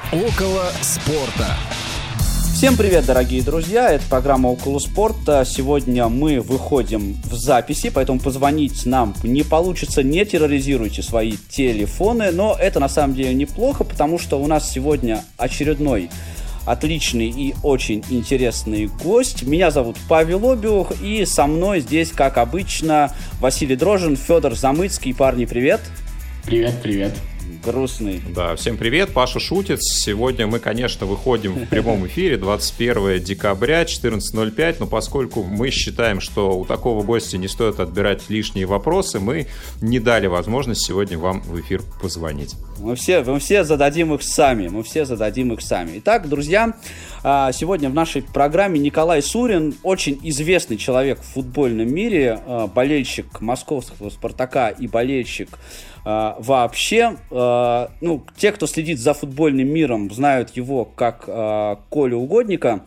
Около спорта. Всем привет, дорогие друзья, это программа «Около спорта». Сегодня мы выходим в записи, поэтому позвонить нам не получится, не терроризируйте свои телефоны, но это на самом деле неплохо, потому что у нас сегодня очередной отличный и очень интересный гость. Меня зовут Павел Обиух, и со мной здесь, как обычно, Василий Дрожжин, Федор Замыцкий. Парни, привет! Привет. Грустный. Да, всем привет, Паша шутит. Сегодня мы, конечно, выходим в прямом эфире 21 декабря, 14:05, но поскольку мы считаем, что у такого гостя не стоит отбирать лишние вопросы, мы не дали возможность сегодня вам в эфир позвонить. Мы все зададим их сами. Итак, друзья, сегодня в нашей программе Николай Сурин, очень известный человек в футбольном мире, болельщик московского «Спартака» и болельщик вообще. Те, кто следит за футбольным миром, знают его как Колю Угодника.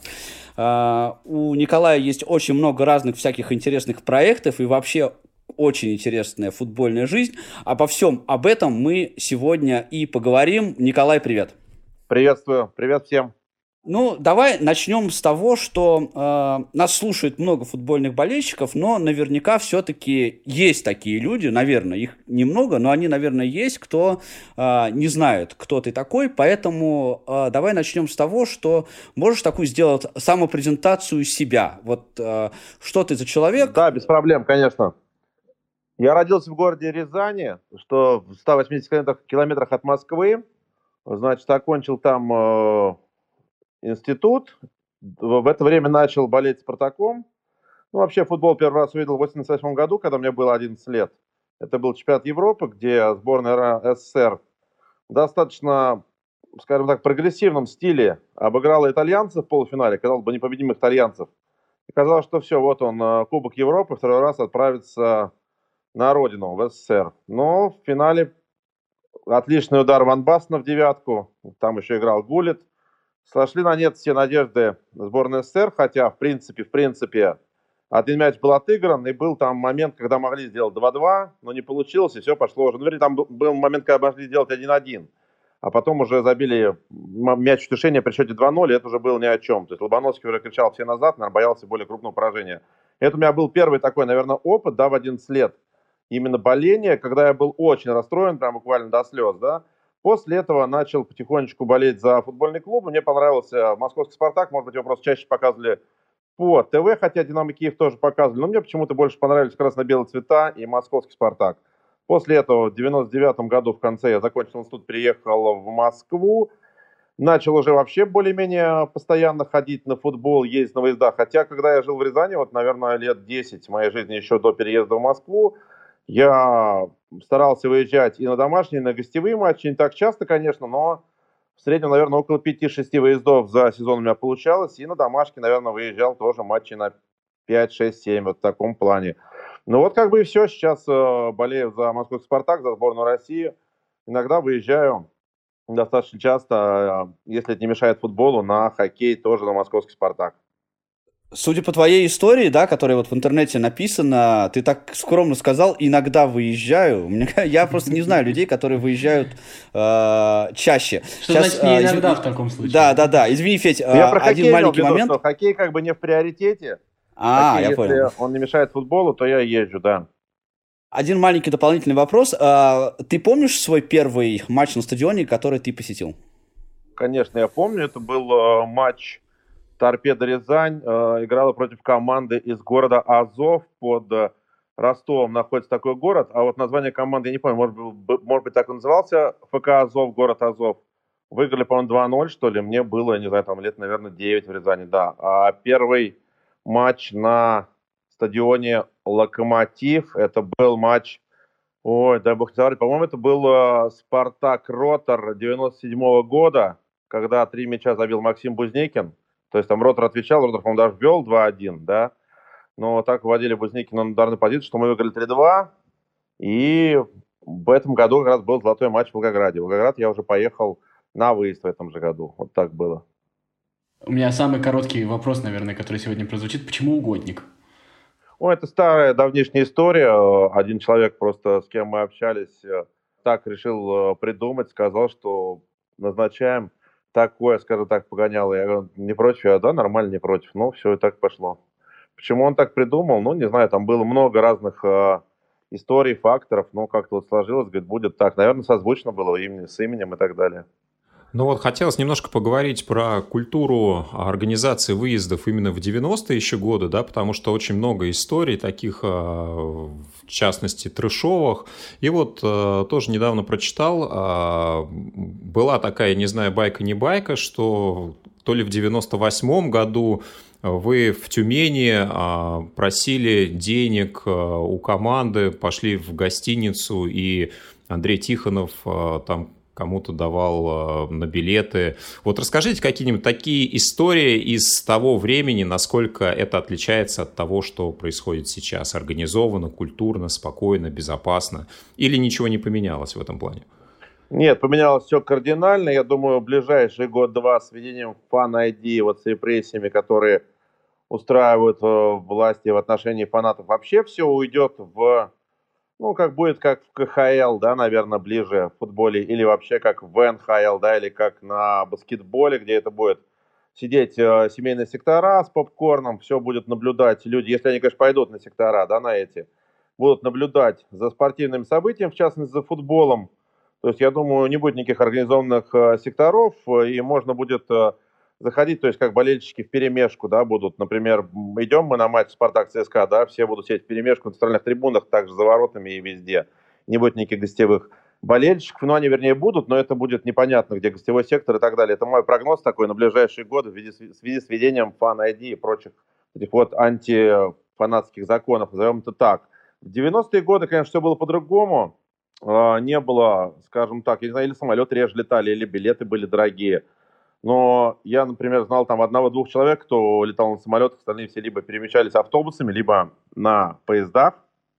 У Николая есть очень много разных всяких интересных проектов и вообще очень интересная футбольная жизнь. Обо всем об этом мы сегодня и поговорим. Николай, привет. Приветствую. Привет всем. Давай начнем с того, что нас слушает много футбольных болельщиков, но наверняка все-таки есть такие люди, наверное, их немного, но они, наверное, есть, кто не знает, кто ты такой, поэтому давай начнем с того, что можешь такую сделать самопрезентацию себя. Что ты за человек? Да, без проблем, конечно. Я родился в городе Рязани, что в 180 километрах от Москвы. Значит, окончил там институт. В это время начал болеть «Спартаком». Вообще футбол первый раз увидел в 1988 году, когда мне было 11 лет. Это был чемпионат Европы, где сборная СССР в достаточно, скажем так, прогрессивном стиле обыграла итальянцев в полуфинале, казалось бы, непобедимых итальянцев. И казалось, что все, вот он, Кубок Европы, второй раз отправится на родину, в СССР. Но в финале отличный удар Ван Бастена в девятку, там еще играл Гулlit. Сошли на нет все надежды сборной СССР, хотя, в принципе, один мяч был отыгран, и был там момент, когда могли сделать 2-2, но не получилось, и все пошло уже. Там был момент, когда могли сделать 1-1, а потом уже забили мяч в тушение при счете 2-0, и это уже было ни о чем. То есть Лобановский уже кричал все назад, наверное, боялся более крупного поражения. Это у меня был первый такой, наверное, опыт, в 11 лет, именно боление, когда я был очень расстроен, прям буквально до слез, да. После этого начал потихонечку болеть за футбольный клуб. Мне понравился московский «Спартак». Может быть, его просто чаще показывали по ТВ, хотя «Динамо Киев» тоже показывали. Но мне почему-то больше понравились красно-белые цвета и московский «Спартак». После этого в 99 году в конце я закончил институт, переехал в Москву. Начал уже вообще более-менее постоянно ходить на футбол, ездить на выезда. Хотя, когда я жил в Рязани, наверное, лет 10 моей жизни еще до переезда в Москву, я старался выезжать и на домашние, и на гостевые матчи. Не так часто, конечно, но в среднем, наверное, около 5-6 выездов за сезон у меня получалось. И на домашки, наверное, выезжал тоже матчи на 5, 6, 7, в таком плане. И все. Сейчас болею за московский «Спартак», за сборную России. Иногда выезжаю достаточно часто, если это не мешает футболу, на хоккей, тоже на московский «Спартак». Судя по твоей истории, да, которая в интернете написана, ты так скромно сказал, иногда выезжаю. Я просто не знаю людей, которые выезжают чаще. Что значит не иногда в таком случае? Да. Извини, Федь, я про один маленький момент. Что хоккей как бы не в приоритете. Я понял. Если он не мешает футболу, то я езжу, да. Один маленький дополнительный вопрос. Ты помнишь свой первый матч на стадионе, который ты посетил? Конечно, я помню. Это был матч «Торпедо Рязань», играла против команды из города Азов. Под Ростовом находится такой город, а вот название команды я не помню, может быть так и назывался, ФК Азов, город Азов. Выиграли, по-моему, 2-0, что ли, мне было, не знаю, там лет, наверное, 9 в Рязани, да. А первый матч на стадионе «Локомотив», это был матч, дай бог не забыть, по-моему, это был «Спартак Ротор» 97-го года, когда 3 мяча забил Максим Бузнекин. То есть там Ротор отвечал, Ротор, по-моему, даже ввел 2-1, да. Но так вводили Бузнекина на ударную позицию, что мы выиграли 3-2. И в этом году как раз был золотой матч в Волгограде. В Волгоград я уже поехал на выезд в этом же году. Вот так было. У меня самый короткий вопрос, наверное, который сегодня прозвучит. Почему Угодник? Это старая, давнишняя история. Один человек просто, с кем мы общались, так решил придумать, сказал, что назначаем такое, скажем так, погоняло. Я говорю, не против, да, нормально, не против. Ну, все, и так пошло. Почему он так придумал? Ну, не знаю, там было много разных историй, факторов, но как-то вот сложилось, говорит, будет так. Наверное, созвучно было именно с именем и так далее. Ну вот хотелось немножко поговорить про культуру организации выездов именно в 90-е еще годы, да, потому что очень много историй таких, в частности, трэшовых. И вот тоже недавно прочитал, была такая, не знаю, байка не байка, что то ли в 98-м году вы в Тюмени просили денег у команды, пошли в гостиницу, и Андрей Тихонов там кому-то давал на билеты. Вот расскажите какие-нибудь такие истории из того времени, насколько это отличается от того, что происходит сейчас. Организованно, культурно, спокойно, безопасно. Или ничего не поменялось в этом плане? Нет, поменялось все кардинально. Я думаю, в ближайший год-два с введением Fan-ID, вот с репрессиями, которые устраивают власти в отношении фанатов, вообще все уйдет в... Ну, как будет, как в КХЛ, да, наверное, ближе в футболе, или вообще как в НХЛ, да, или как на баскетболе, где это будет сидеть семейные сектора с попкорном, все будет наблюдать люди, если они, конечно, пойдут на сектора, да, на эти, будут наблюдать за спортивным событием, в частности, за футболом. То есть, я думаю, не будет никаких организованных секторов, и можно будет заходить, то есть, как болельщики вперемешку, да, будут, например, идем мы на матч Спартак-ЦСКА, да, все будут сидеть вперемешку на центральных трибунах, также за воротами и везде. Не будет никаких гостевых болельщиков, ну, они, вернее, будут, но это будет непонятно, где гостевой сектор и так далее. Это мой прогноз такой на ближайшие годы в связи с введением Fan-ID и прочих этих вот антифанатских законов, назовем это так. В 90-е годы, конечно, все было по-другому. Не было, скажем так, я не знаю, или самолеты реже летали, или билеты были дорогие. Но я, например, знал там одного-двух человек, кто летал на самолетах, остальные все либо перемещались автобусами, либо на поездах.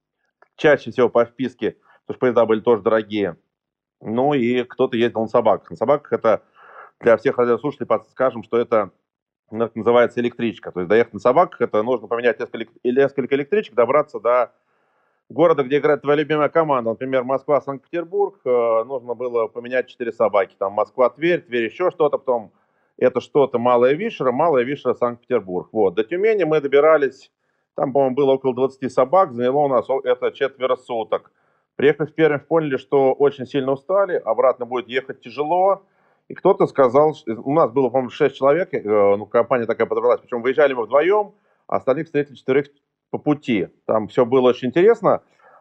Чаще всего по вписке, потому что поезда были тоже дорогие. Ну и кто-то ездил на собаках. На собаках это для всех радиослушателей скажем, что это называется электричка. То есть доехать на собаках, это нужно поменять несколько электричек, добраться до города, где играет твоя любимая команда, например, Москва-Санкт-Петербург, нужно было поменять 4 собаки. Там Москва-Тверь, Тверь еще что-то, потом это что-то Малая Вишера, Санкт-Петербург. Вот. До Тюмени мы добирались, там, по-моему, было около 20 собак, заняло у нас это 4 суток. Приехав в Пермь, поняли, что очень сильно устали, обратно будет ехать тяжело. И кто-то сказал, у нас было, по-моему, 6 человек, ну, компания такая подобралась, причем выезжали мы вдвоем, а остальных встретили 4 по пути. Там все было очень интересно.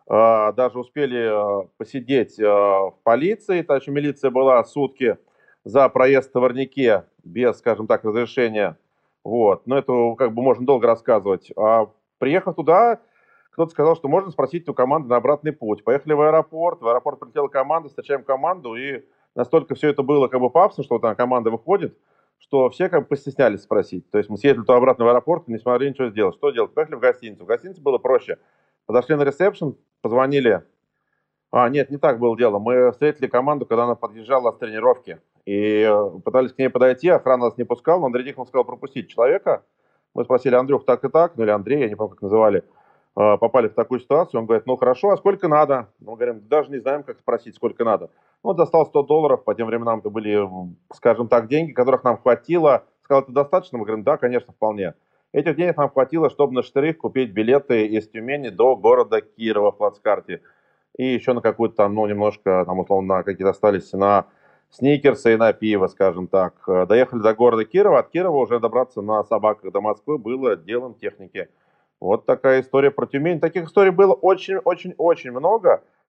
Даже успели посидеть в полиции. Та еще милиция была сутки за проезд в Товарняке без, скажем так, разрешения. Вот. Но это как бы можно долго рассказывать. А приехав туда, кто-то сказал, что можно спросить у команды на обратный путь. Поехали в аэропорт. В аэропорт прилетела команда, встречаем команду. И настолько все это было как бы пафосно, что там команда выходит, что все как бы постеснялись спросить. То есть мы съездили туда обратно в аэропорт и не смогли ничего сделать. Что делать? Поехали в гостиницу. В гостинице было проще. Подошли на ресепшн, позвонили. Нет, не так было дело. Мы встретили команду, когда она подъезжала с тренировки. И пытались к ней подойти, охрана нас не пускала, но Андрей Тихонов сказал пропустить человека. Мы спросили: Андрюх, так и так, ну или Андрей, я не помню, как называли. Попали в такую ситуацию. Он говорит: ну хорошо, а сколько надо? Мы говорим: даже не знаем, как спросить, сколько надо. Ну, достал $100, по тем временам это были, скажем так, деньги, которых нам хватило. Сказал: это достаточно? Мы говорим: да, конечно, вполне. Этих денег нам хватило, чтобы на 4 купить билеты из Тюмени до города Кирова в плацкарте. И еще на какую-то там, ну, немножко, там, условно, на какие-то остались на сникерсы и на пиво, скажем так. Доехали до города Кирова. От Кирова уже добраться на собаках до Москвы было делом техники. Вот такая история про Тюмень. Таких историй было очень-очень-очень много.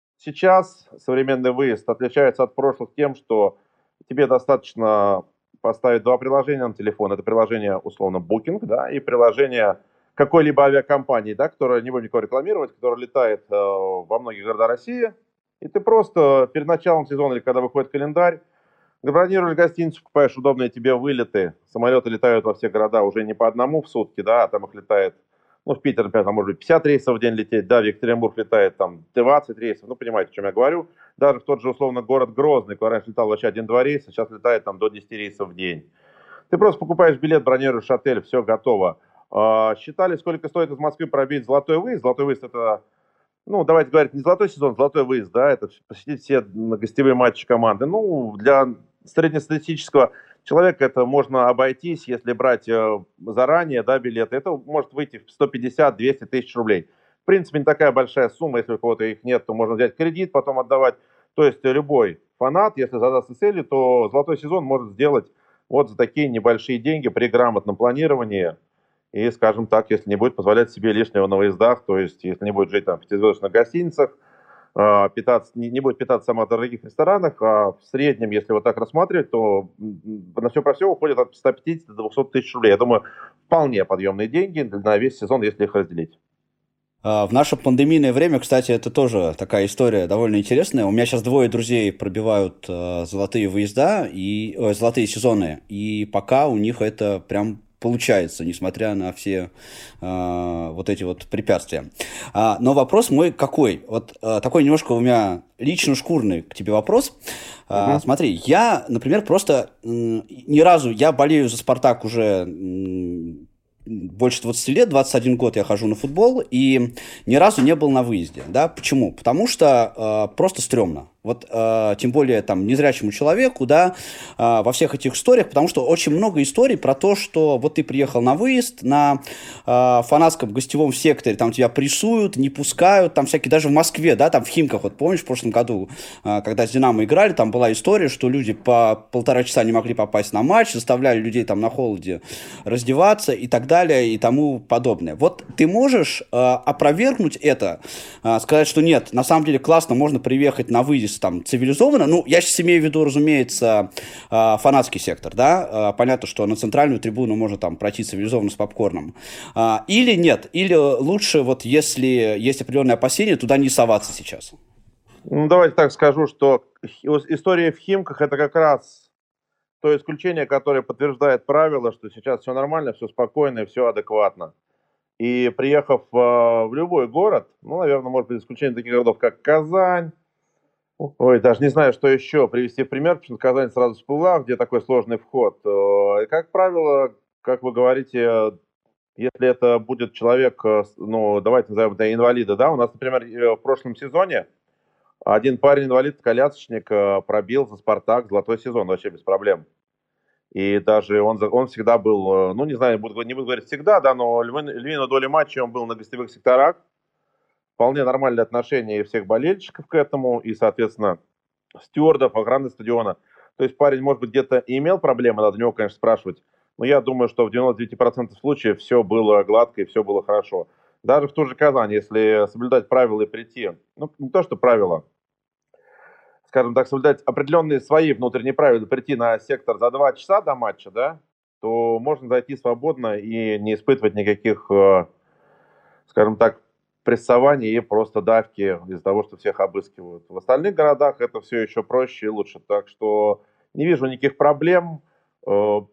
Сейчас современный выезд отличается от прошлых тем, что тебе достаточно поставить 2 приложения на телефон. Это приложение, условно, Booking, да, и приложение какой-либо авиакомпании, да, которая, не будем никого рекламировать, которая летает во многие города России. И ты просто перед началом сезона или когда выходит календарь, бронируешь гостиницу, покупаешь удобные тебе вылеты. Самолеты летают во все города уже не по одному в сутки, да, а там их летает, ну, в Питер, например, там может быть 50 рейсов в день лететь, да, в Екатеринбург летает там 20 рейсов, ну, понимаете, о чем я говорю. Даже в тот же, условно, город Грозный, куда раньше летал вообще 1-2 рейса, сейчас летает там до 10 рейсов в день. Ты просто покупаешь билет, бронируешь отель, все готово. Считали, сколько стоит из Москвы пробить золотой выезд. Золотой выезд — это, ну, давайте говорить, не золотой сезон, золотой выезд, да, это посетить все гостевые матчи команды. Ну, для среднестатистического человек это можно обойтись, если брать заранее, да, билеты. Это может выйти в 150-200 тысяч рублей. В принципе, не такая большая сумма. Если у кого-то их нет, то можно взять кредит, потом отдавать. То есть любой фанат, если задастся целью, то золотой сезон может сделать вот за такие небольшие деньги при грамотном планировании. И, скажем так, если не будет позволять себе лишнего на выездах, то есть если не будет жить там в пятизвездочных гостиницах, питаться, не будет питаться в самых дорогих ресторанах, а в среднем, если вот так рассматривать, то на все про все уходит от 150 до 200 тысяч рублей. Я думаю, вполне подъемные деньги на весь сезон, если их разделить. В наше пандемийное время, кстати, это тоже такая история довольно интересная. У меня сейчас двое друзей пробивают золотые выезда и золотые сезоны, и пока у них это прям получается, несмотря на все вот эти вот препятствия. Но вопрос мой какой? Вот такой немножко у меня лично-шкурный к тебе вопрос. Смотри, я, например, просто ни разу, я болею за «Спартак» уже больше 20 лет, 21 год я хожу на футбол, и ни разу не был на выезде. Да? Почему? Потому что просто стрёмно. Вот, тем более, там, незрячему человеку, да, во всех этих историях, потому что очень много историй про то, что вот ты приехал на выезд, на фанатском гостевом секторе, там тебя прессуют, не пускают, там всякие, даже в Москве, да, там в Химках, вот помнишь, в прошлом году, когда с «Динамо» играли, там была история, что люди по 1,5 часа не могли попасть на матч, заставляли людей там на холоде раздеваться и так далее, и тому подобное. Вот ты можешь опровергнуть это, сказать, что нет, на самом деле классно, можно приехать на выезд там цивилизованно. Ну, я сейчас имею в виду, разумеется, фанатский сектор, да. Понятно, что на центральную трибуну можно там пройти цивилизованно с попкорном. Или нет, или лучше, вот если есть определенные опасения, туда не соваться сейчас. Ну, давайте так скажу, что история в Химках это как раз то исключение, которое подтверждает правило, что сейчас все нормально, все спокойно и все адекватно. И приехав в любой город, ну, наверное, может быть, исключение таких городов, как Казань, ой, даже не знаю, что еще привести в пример, потому что Казань сразу всплыла, где такой сложный вход. И, как правило, как вы говорите, если это будет человек, ну, давайте назовем это инвалида, да, у нас, например, в прошлом сезоне один парень-инвалид, колясочник, пробил за «Спартак» золотой сезон вообще без проблем. И даже он всегда был, ну, не знаю, не буду говорить всегда, да, но львиную долю матчей он был на гостевых секторах. Вполне нормальное отношение всех болельщиков к этому, и, соответственно, стюардов, охраны стадиона. То есть парень, может быть, где-то и имел проблемы, надо у него, конечно, спрашивать, но я думаю, что в 99% случаев все было гладко и все было хорошо. Даже в ту же Казань, если соблюдать правила и прийти, ну, не то, что правила, скажем так, соблюдать определенные свои внутренние правила, прийти на сектор за 2 часа до матча, да, то можно зайти свободно и не испытывать никаких, скажем так, прессования и просто давки из-за того, что всех обыскивают. В остальных городах это все еще проще и лучше. Так что не вижу никаких проблем. За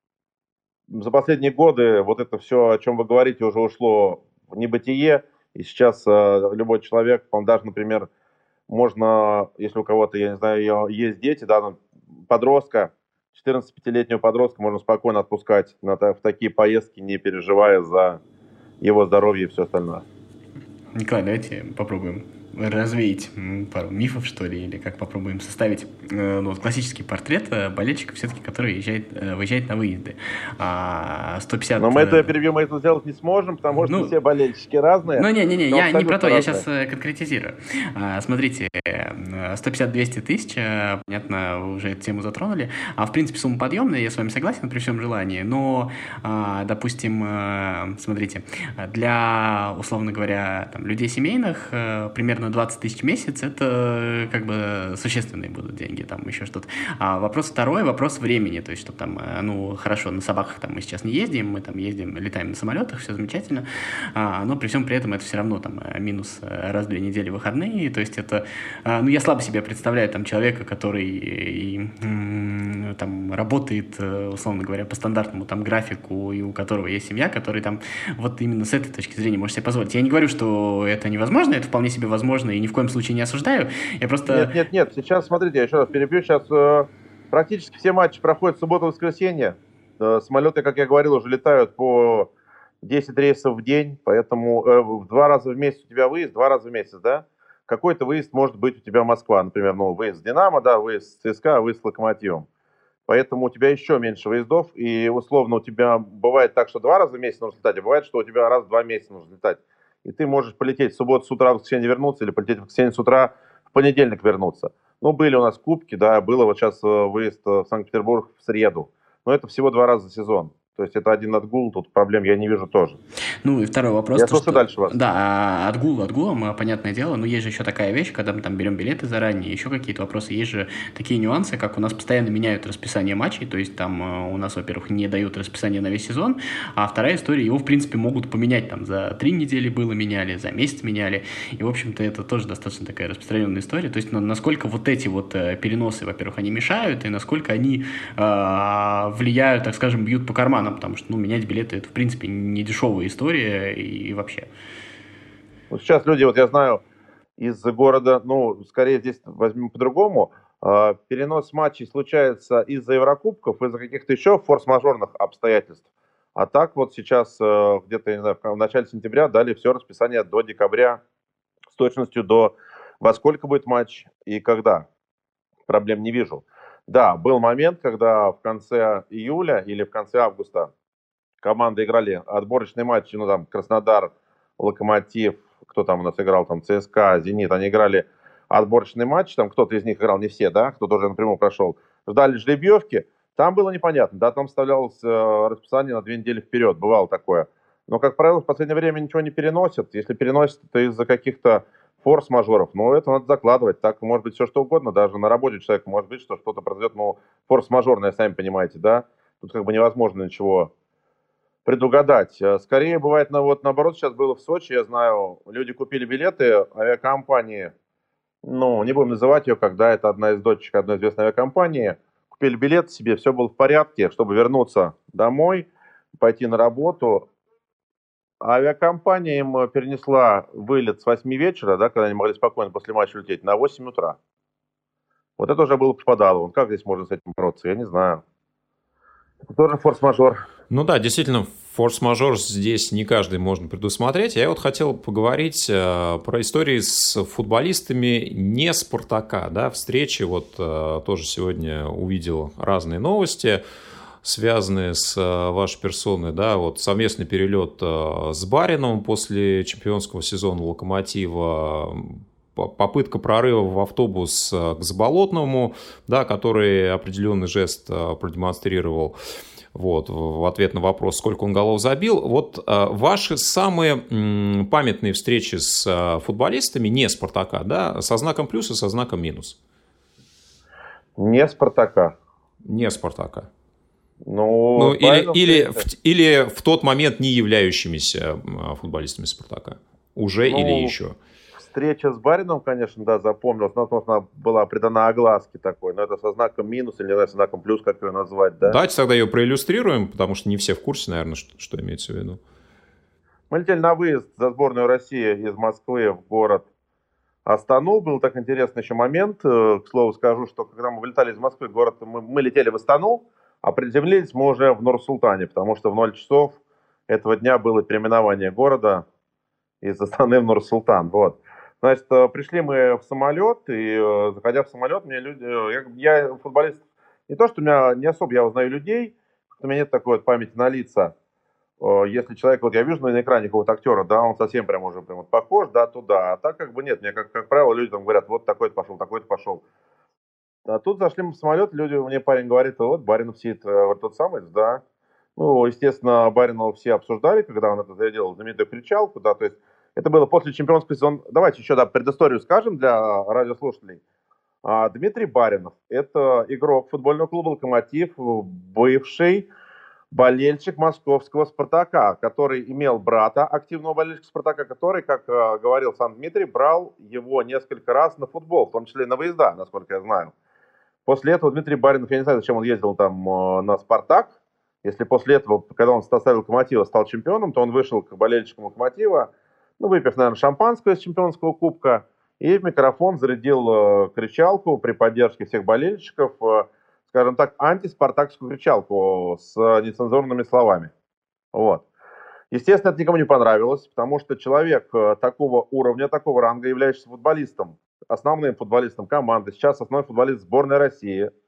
последние годы вот это все, о чем вы говорите, уже ушло в небытие. И сейчас любой человек, даже, например, можно, если у кого-то, я не знаю, есть дети, да, ну, подростка, 14-5-летнего подростка можно спокойно отпускать в такие поездки, не переживая за его здоровье и все остальное. Николай, давайте попробуем развеять пару мифов, что ли, или как попробуем составить вот, классический портрет болельщика, все-таки, который выезжает на выезды. 150... Но мы это перебьем, мы это сделать не сможем, потому что все болельщики разные. Ну, не-не-не, я не про то, я сейчас конкретизирую. Смотрите, 150-200 тысяч, понятно, вы уже эту тему затронули. В принципе, сумма подъемная, я с вами согласен при всем желании, но, допустим, смотрите, для, условно говоря, там, людей семейных примерно 20 тысяч в месяц, это как бы существенные будут деньги, там еще что-то. Вопрос второй, вопрос времени, то есть, чтобы там, ну, хорошо, на собаках там мы сейчас не ездим, мы там ездим, летаем на самолетах, все замечательно, но при всем при этом это все равно там минус раз в 2 недели выходные, то есть это, ну, я слабо себе представляю там человека, который там работает, условно говоря, по стандартному там графику, и у которого есть семья, который там вот именно с этой точки зрения может себе позволить. Я не говорю, что это невозможно, это вполне себе возможно, и ни в коем случае не осуждаю. Я просто... Нет. Сейчас, смотрите, я еще раз перебью. Сейчас практически все матчи проходят в субботу-воскресенье. Самолеты, как я говорил, уже летают по 10 рейсов в день, поэтому в 2 раза в месяц у тебя выезд, 2 раза в месяц, да? Какой-то выезд может быть у тебя Москва, например, ну, выезд с «Динамо», да, выезд с ЦСКА, выезд с «Локомотивом». поэтому у тебя еще меньше выездов, и условно у тебя бывает так, что 2 раза в месяц нужно летать, а бывает, что у тебя раз в 2 месяца нужно летать. И ты можешь полететь в субботу с утра, в воскресенье вернуться, или полететь в воскресенье с утра, в понедельник вернуться. Ну, были у нас кубки, да, было вот сейчас выезд в Санкт-Петербург в среду. Но это всего 2 раза за сезон. То есть это один отгул, тут проблем я не вижу тоже. Ну и второй вопрос. Я слушаю дальше вас. Да, отгулом, понятное дело, но есть же еще такая вещь, когда мы там берем билеты заранее, еще какие-то вопросы, есть же такие нюансы, как у нас постоянно меняют расписание матчей, то есть там у нас, во-первых, не дают расписание на весь сезон, а вторая история, его, в принципе, могут поменять, там, за 3 недели было меняли, за месяц меняли, и, в общем-то, это тоже достаточно такая распространенная история, то есть насколько вот эти вот переносы, во-первых, они мешают, и насколько они влияют, так скажем, бьют по карманам, потому что, ну, менять билеты, это, в принципе, не дешевая история и вообще. Вот сейчас люди, вот я знаю, из города, ну, скорее здесь возьмем по-другому, перенос матчей случается из-за Еврокубков, из-за каких-то еще форс-мажорных обстоятельств. А так вот сейчас, где-то, я не знаю, в начале сентября дали все расписание до декабря с точностью до во сколько будет матч и когда. Проблем не вижу. Да, был момент, когда в конце июля или в конце августа команды играли отборочные матчи, ну там Краснодар, Локомотив, кто там у нас играл, там ЦСКА, Зенит, они играли отборочный матч, там кто-то из них играл, не все, да, кто тоже напрямую прошел, ждали жеребьевки, там было непонятно, да, там вставлялось расписание на 2 недели вперед, бывало такое. Но, как правило, в последнее время ничего не переносят. Если переносят, то из-за каких-то форс-мажоров. Но это надо закладывать. Так может быть все что угодно. Даже на работе человек может быть, что что-то произойдет, ну, форс-мажорное, сами понимаете, да. Тут как бы невозможно ничего предугадать. Скорее бывает, вот наоборот, сейчас было в Сочи, я знаю, люди купили билеты, авиакомпании, ну, не будем называть ее, когда это одна из дочек одной известной авиакомпании, купили билет себе, все было в порядке, чтобы вернуться домой, пойти на работу. Авиакомпания им перенесла вылет с 8 вечера, да, когда они могли спокойно после матча лететь, на 8 утра. Вот это уже было попадало. Как здесь можно с этим бороться, я не знаю. Это тоже форс-мажор. Ну да, действительно, форс-мажор здесь не каждый можно предусмотреть. Я вот хотел поговорить про истории с футболистами не «Спартака». Да, встречи, вот тоже сегодня увидел разные новости, связанные с вашей персоной, да, вот совместный перелет с Бариновым после чемпионского сезона «Локомотива», попытка прорыва в автобус к Заболотному, да, который определенный жест продемонстрировал, вот, в ответ на вопрос, сколько он голов забил. Вот ваши самые памятные встречи с футболистами не «Спартака», да, со знаком плюс и со знаком минус? Не «Спартака». Не «Спартака». Ну, или в тот момент не являющимися футболистами «Спартака». Уже или еще? Встреча с Бариновым, конечно, да, запомнилась. Но, возможно, была придана огласке такой. Но это со знаком минус или со знаком плюс, как ее назвать, да? Давайте тогда ее проиллюстрируем, потому что не все в курсе, наверное, что имеется в виду. Мы летели на выезд за сборную России из Москвы в город Астану. Был так интересный еще момент. К слову скажу, что когда мы вылетали из Москвы в город, мы летели в Астану, а приземлились мы уже в Нур-Султане, потому что в 0 часов этого дня было переименование города из Астаны в Нур-Султан. Вот. Значит, пришли мы в самолет, и заходя в самолет, мне люди... Я футболист... Не то, что у меня не особо я узнаю людей, у меня нет такой вот памяти на лица. Если человек, вот я вижу на экране какого-то актера, да, он совсем прям уже прям вот похож, да, туда. А так как бы нет, мне, как правило, люди там говорят, вот такой-то пошел, такой-то пошел. А тут зашли мы в самолет, мне парень говорит, вот Баринов сидит, вот тот самый, да. Ну, естественно, Баринова все обсуждали, когда он это заявил, знаменитую кричалку, да, то есть это было после чемпионского сезона. Давайте еще, да, предысторию скажем для радиослушателей. Дмитрий Баринов – это игрок футбольного клуба «Локомотив», бывший болельщик московского «Спартака», который имел брата, активного болельщика «Спартака», который, как говорил сам Дмитрий, брал его несколько раз на футбол, в том числе и на выезда, насколько я знаю. После этого Дмитрий Баринов, я не знаю, зачем он ездил там на «Спартак». Если после этого, когда он в составе «Локомотива» стал чемпионом, то он вышел к болельщикам «Локомотива», ну, выпив, наверное, шампанского из чемпионского кубка, и в микрофон зарядил кричалку при поддержке всех болельщиков, скажем так, антиспартакскую кричалку с нецензурными словами. Вот. Естественно, это никому не понравилось, потому что человек такого уровня, такого ранга, являющийся футболистом, основным футболистом команды, сейчас основной футболист сборной России,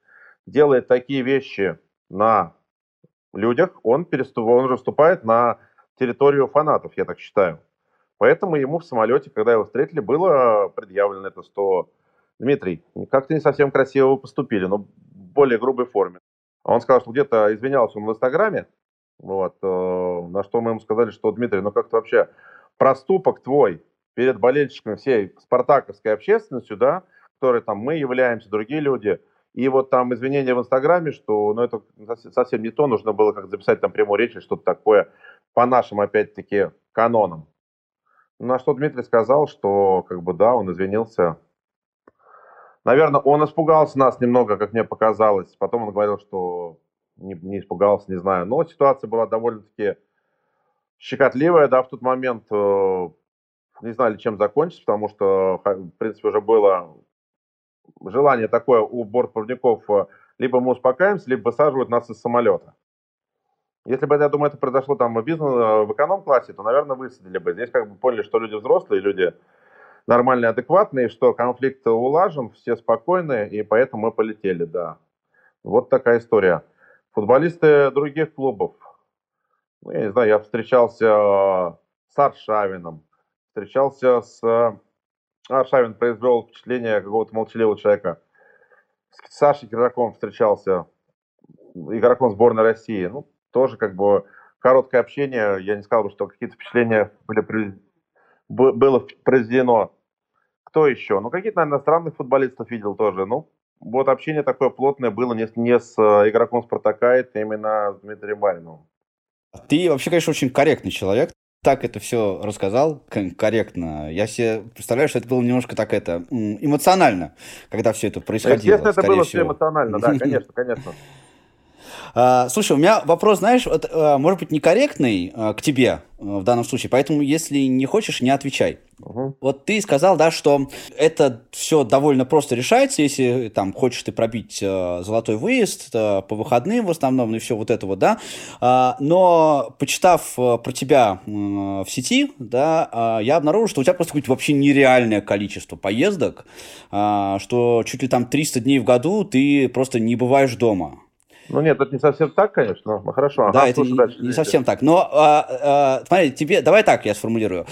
делает такие вещи на людях, он же вступает на территорию фанатов, я так считаю. Поэтому ему в самолете, когда его встретили, было предъявлено это, что Дмитрий, как-то не совсем красиво вы поступили, но в более грубой форме. А он сказал, что где-то извинялся он в Инстаграме, вот, на что мы ему сказали, что Дмитрий, ну как-то вообще проступок твой перед болельщиками всей спартаковской общественностью, да, которой там мы являемся, другие люди, и вот там извинения в Инстаграме, что ну, это совсем не то, нужно было как записать там прямую речь или что-то такое по нашим, опять-таки, канонам. На что Дмитрий сказал, что как бы да, он извинился. Наверное, он испугался нас немного, как мне показалось. Потом он говорил, что не испугался, не знаю. Но ситуация была довольно-таки щекотливая, да, в тот момент. Не знали, чем закончится, потому что, в принципе, уже было желание такое у бортпроводников, либо мы успокаиваемся, либо высаживают нас из самолета. Если бы, я думаю, это произошло там в эконом-классе, то, наверное, высадили бы. Здесь как бы поняли, что люди взрослые, люди нормальные, адекватные, что конфликт улажен, все спокойные, и поэтому мы полетели, да. Вот такая история. Футболисты других клубов. Ну, я не знаю, я встречался с Аршавиным, встречался с... Аршавин произвел впечатление какого-то молчаливого человека. С Сашей Игроком встречался, игроком сборной России. Ну, тоже как бы короткое общение. Я не сказал бы, что какие-то впечатления было произведено. Кто еще? Ну, какие-то, наверное, иностранных футболистов видел тоже. Ну, вот общение такое плотное было не с игроком Спартака, это именно с Дмитрием Бариновым. Ты вообще, конечно, очень корректный человек. Так это все рассказал корректно. Я себе представляю, что это было немножко так эмоционально, когда все это происходило. Естественно, это было все эмоционально, да, конечно, конечно. Слушай, у меня вопрос, знаешь, вот, может быть, некорректный к тебе в данном случае, поэтому, если не хочешь, не отвечай. Угу. Вот ты сказал, да, что это все довольно просто решается, если там хочешь ты пробить золотой выезд по выходным в основном, и все вот это вот, да. Но почитав про тебя в сети, да, я обнаружил, что у тебя просто какое-то вообще нереальное количество поездок, что чуть ли там 300 дней в году ты просто не бываешь дома. Ну нет, это не совсем так, конечно, но хорошо. Да, это не совсем так. Но смотри, тебе, давай так я сформулирую.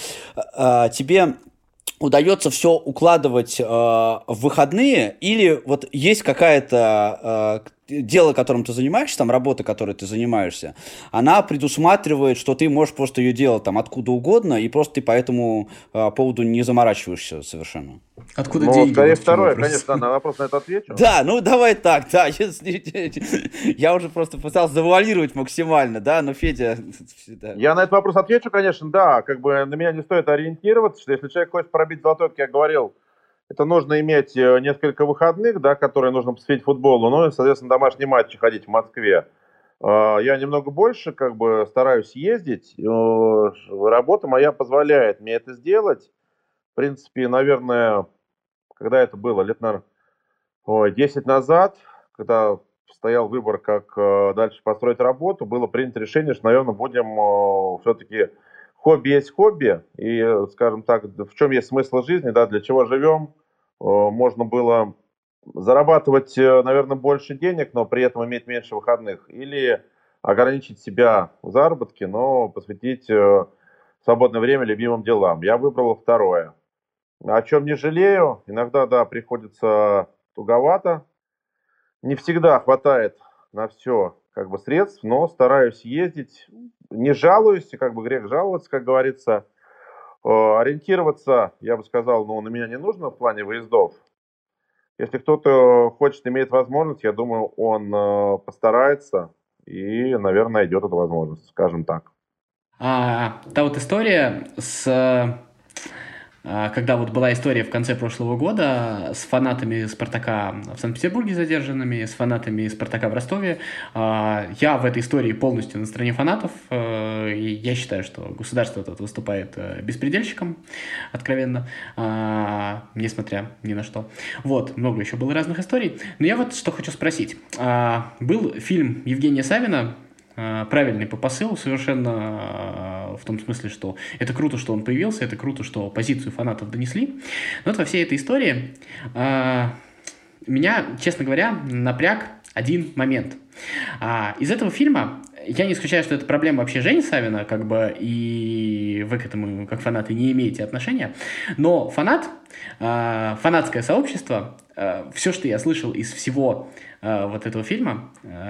Тебе удается все укладывать в выходные, или вот есть какая-то дело, которым ты занимаешься, там работа, которой ты занимаешься, она предусматривает, что ты можешь просто ее делать там откуда угодно, и просто ты по этому поводу не заморачиваешься совершенно. Откуда деньги? Скорее второе, конечно, на вопрос на это отвечу. Да, ну давай так, да, если... Я уже просто пытался завуалировать максимально, да, но Федя... Я на этот вопрос отвечу, конечно, да, как бы на меня не стоит ориентироваться, что если человек хочет пробить золотой, как я говорил, это нужно иметь несколько выходных, да, которые нужно посвятить футболу, ну и, соответственно, домашние матчи ходить в Москве. Я немного больше как бы стараюсь ездить, работа моя позволяет мне это сделать. В принципе, наверное, когда это было, лет, наверное, 10 назад, когда стоял выбор, как дальше построить работу, было принято решение, что, наверное, будем все-таки... Хобби есть хобби, и, скажем так, в чем есть смысл жизни, да, для чего живем, можно было зарабатывать, наверное, больше денег, но при этом иметь меньше выходных, или ограничить себя в заработке, но посвятить свободное время любимым делам. Я выбрал второе. О чем не жалею, иногда, да, приходится туговато, не всегда хватает на все как бы средств, но стараюсь ездить, не жалуюсь, как бы грех жаловаться, как говорится. Ориентироваться, я бы сказал, на меня не нужно в плане выездов. Если кто-то хочет, имеет возможность, я думаю, он постарается и, наверное, найдет эту возможность, скажем так. Та вот история когда вот была история в конце прошлого года с фанатами «Спартака» в Санкт-Петербурге задержанными, с фанатами «Спартака» в Ростове, я в этой истории полностью на стороне фанатов, и я считаю, что государство тут выступает беспредельщиком, откровенно, несмотря ни на что. Вот, много еще было разных историй, но я вот что хочу спросить. Был фильм Евгения Савина, правильный по посылу совершенно, в том смысле, что это круто, что он появился, это круто, что позицию фанатов донесли. Но вот во всей этой истории меня, честно говоря, напряг один момент. Из этого фильма я не исключаю, что это проблема вообще Жени Савина, как бы, и вы к этому, как фанаты, не имеете отношения. Но фанатское сообщество, все, что я слышал из всего вот этого фильма,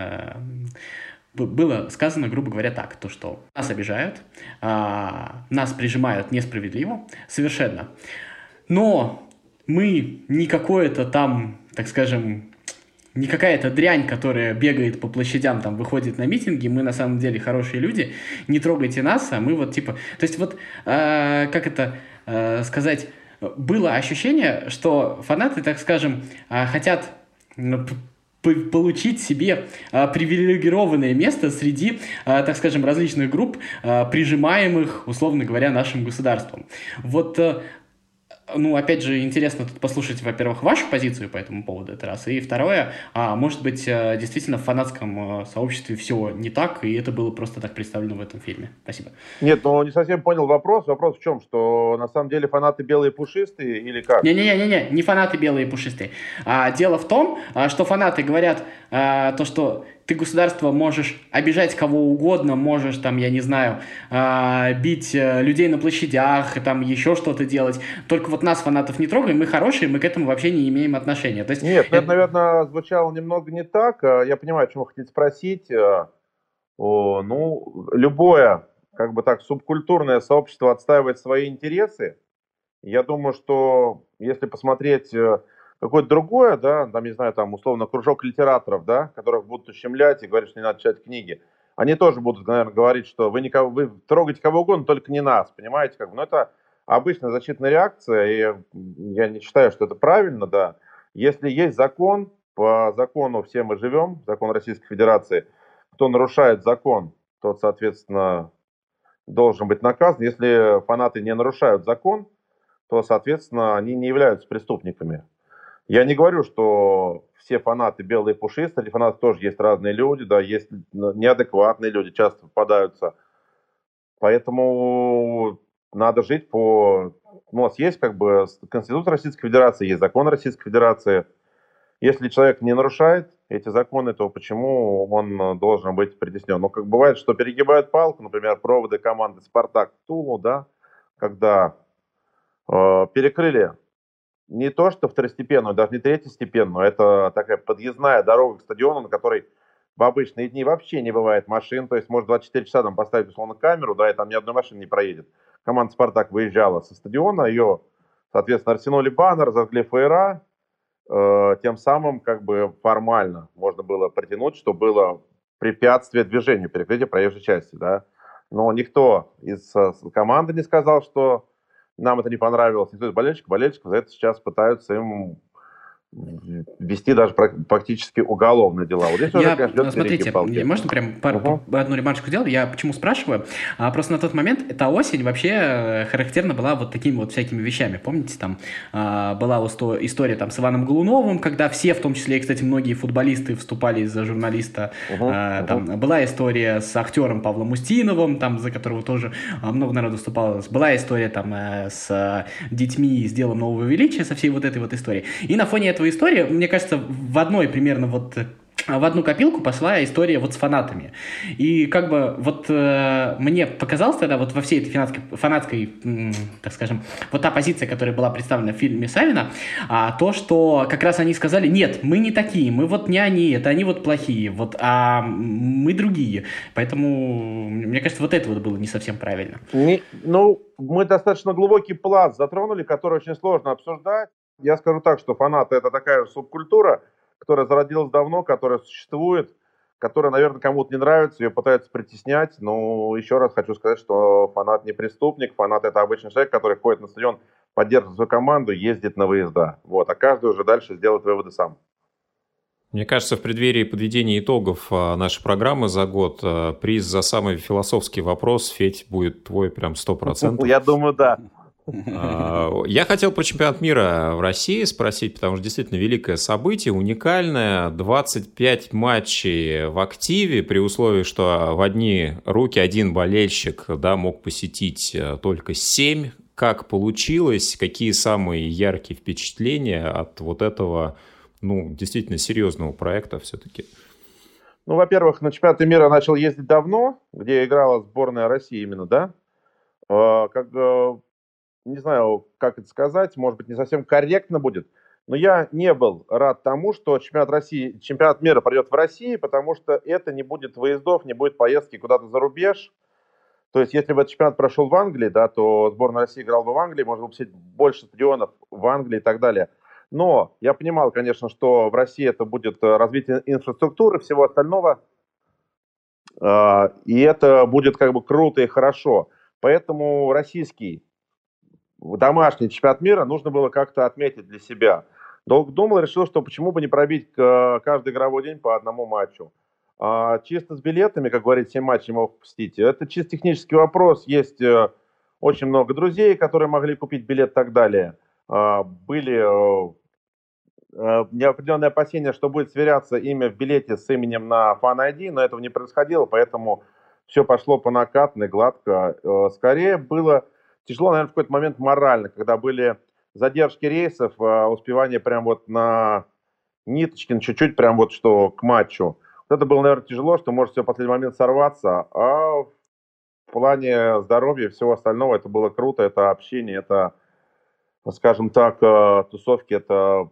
было сказано, грубо говоря, так, то, что нас обижают, нас прижимают несправедливо, совершенно. Но мы не какое-то там, так скажем, не какая-то дрянь, которая бегает по площадям, там, выходит на митинги, мы на самом деле хорошие люди, не трогайте нас, а мы вот типа... То есть вот, как это сказать, было ощущение, что фанаты, так скажем, хотят получить себе привилегированное место среди, так скажем, различных групп, прижимаемых, условно говоря, нашим государством. Вот... Ну, опять же, интересно тут послушать, во-первых, вашу позицию по этому поводу, это раз. И второе, может быть, действительно в фанатском сообществе все не так, и это было просто так представлено в этом фильме. Спасибо. Нет, ну не совсем понял вопрос. Вопрос в чем? Что на самом деле фанаты белые пушистые или как? Не фанаты белые пушистые. Дело в том, что фанаты говорят то, что ты, государство, можешь обижать кого угодно, можешь, там, я не знаю, бить людей на площадях, там, еще что-то делать. Только вот нас, фанатов, не трогай, мы хорошие, мы к этому вообще не имеем отношения. То есть, нет, это, наверное, звучало немного не так. Я понимаю, о чем вы хотите спросить. Ну, любое, как бы так, субкультурное сообщество отстаивает свои интересы. Я думаю, что если посмотреть... какое-то другое, да, там, не знаю, там, условно, кружок литераторов, да, которых будут ущемлять и говорить, что не надо читать книги, они тоже будут, наверное, говорить, что вы трогаете кого угодно, только не нас, понимаете, как бы, но это обычная защитная реакция, и я не считаю, что это правильно, да. Если есть закон, по закону все мы живем, закон Российской Федерации, кто нарушает закон, тот, соответственно, должен быть наказан. Если фанаты не нарушают закон, то, соответственно, они не являются преступниками. Я не говорю, что все фанаты белые пушистые, среди фанатов тоже есть разные люди, да, есть неадекватные люди, часто попадаются. Поэтому надо жить по... У нас есть как бы Конституция Российской Федерации, есть закон Российской Федерации. Если человек не нарушает эти законы, то почему он должен быть притеснен? Но как бывает, что перегибают палку, например, проводы команды «Спартак» Тулу, да, когда перекрыли не то, что второстепенную, даже не третьестепенную, это такая подъездная дорога к стадиону, на которой в обычные дни вообще не бывает машин, то есть может 24 часа там поставить, условно, камеру, да, и там ни одной машины не проедет. Команда «Спартак» выезжала со стадиона, ее, соответственно, растянули баннер, зажгли фаера, тем самым, как бы, формально можно было притянуть, что было препятствие движению, перекрытие проезжей части, да. Но никто из команды не сказал, что нам это не понравилось. Никто из болельщиков за это сейчас пытаются им вести даже практически уголовные дела. Вот здесь уже, конечно, смотрите, можно прям одну ремарочку сделать? Я почему спрашиваю? Просто на тот момент эта осень вообще характерна была вот такими вот всякими вещами. Помните, там была история там с Иваном Голуновым, когда все, в том числе, и, кстати, многие футболисты вступали за журналиста. Там была история с актером Павлом Устиновым, там, за которого тоже много народу вступало. Была история там с детьми с делом нового величия, со всей вот этой вот историей. И на фоне этого история, мне кажется, в одной примерно вот в одну копилку пошла история вот с фанатами. И как бы вот мне показалось тогда вот во всей этой фанатской, так скажем, вот та позиция, которая была представлена в фильме Савина, то, что как раз они сказали, нет, мы не такие, мы вот не они, это они вот плохие, вот, а мы другие. Поэтому, мне кажется, вот это вот было не совсем правильно. Мы достаточно глубокий пласт затронули, который очень сложно обсуждать. Я скажу так, что фанаты — это такая же субкультура, которая зародилась давно, которая существует, которая, наверное, кому-то не нравится, ее пытаются притеснять. Но еще раз хочу сказать, что фанат не преступник, фанат — это обычный человек, который ходит на стадион, поддерживает свою команду, ездит на выезда. Вот. А каждый уже дальше сделает выводы сам. Мне кажется, в преддверии подведения итогов нашей программы за год приз за самый философский вопрос, Федь, будет твой прям 100%. Я думаю, да. Я хотел про чемпионат мира в России спросить, потому что действительно великое событие, уникальное, 25 матчей в активе, при условии, что в одни руки один болельщик, да, мог посетить только 7. Как получилось, какие самые яркие впечатления от вот этого действительно серьезного проекта все-таки? Ну, во-первых, на чемпионаты мира начал ездить давно, где играла сборная России именно, да? Не знаю, как это сказать, может быть, не совсем корректно будет, но я не был рад тому, что чемпионат мира пройдет в России, потому что это не будет выездов, не будет поездки куда-то за рубеж. То есть, если бы этот чемпионат прошел в Англии, да, то сборная России играла бы в Англии, можно было посетить больше стадионов в Англии и так далее. Но я понимал, конечно, что в России это будет развитие инфраструктуры, всего остального, и это будет как бы круто и хорошо. Поэтому российский домашний чемпионат мира нужно было как-то отметить для себя. Долго думал, решил, что почему бы не пробить каждый игровой день по одному матчу. Чисто с билетами, как говорит, 7 матчей мог посетить. Это чисто технический вопрос. Есть очень много друзей, которые могли купить билет и так далее. Были неопределенные опасения, что будет сверяться имя в билете с именем на Fan ID, но этого не происходило, поэтому все пошло по накатанной, гладко. Скорее было тяжело, наверное, в какой-то момент морально, когда были задержки рейсов, успевание прям вот на ниточке, чуть-чуть прям вот что к матчу. Вот это было, наверное, тяжело, что может все в последний момент сорваться, а в плане здоровья и всего остального это было круто, это общение, это, скажем так, тусовки, это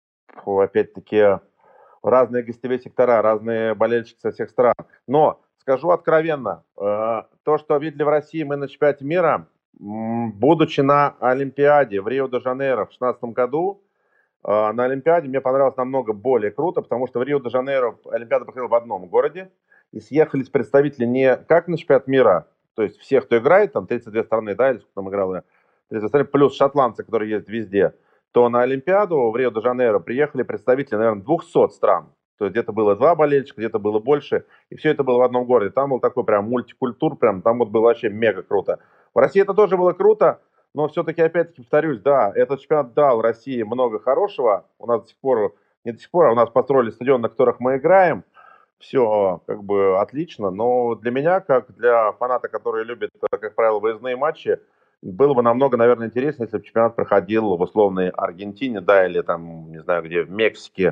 опять-таки разные гостевые сектора, разные болельщики со всех стран. Но скажу откровенно, то, что видели в России мы на чемпионате мира, будучи на Олимпиаде в Рио-де-Жанейро в 2016 году, на Олимпиаде мне понравилось намного более круто, потому что в Рио-де-Жанейро Олимпиада проходила в одном городе, и съехались представители не как на чемпионат мира, то есть всех, кто играет, там 32 страны, да, или сколько там играло, 32 страны, плюс шотландцы, которые ездят везде, то на Олимпиаду в Рио-де-Жанейро приехали представители, наверное, 200 стран. То есть где-то было 2 болельщика, где-то было больше, и все это было в одном городе. Там был такой прям мультикультур, прям там вот было вообще мега круто. В России это тоже было круто, но все-таки, опять-таки, повторюсь, да, этот чемпионат дал России много хорошего. У нас до сих пор, не до сих пор, а у нас построили стадион, на которых мы играем. Все как бы отлично, но для меня, как для фаната, который любит, как правило, выездные матчи, было бы намного, наверное, интереснее, если бы чемпионат проходил в условной Аргентине, да, или там, не знаю где, в Мексике,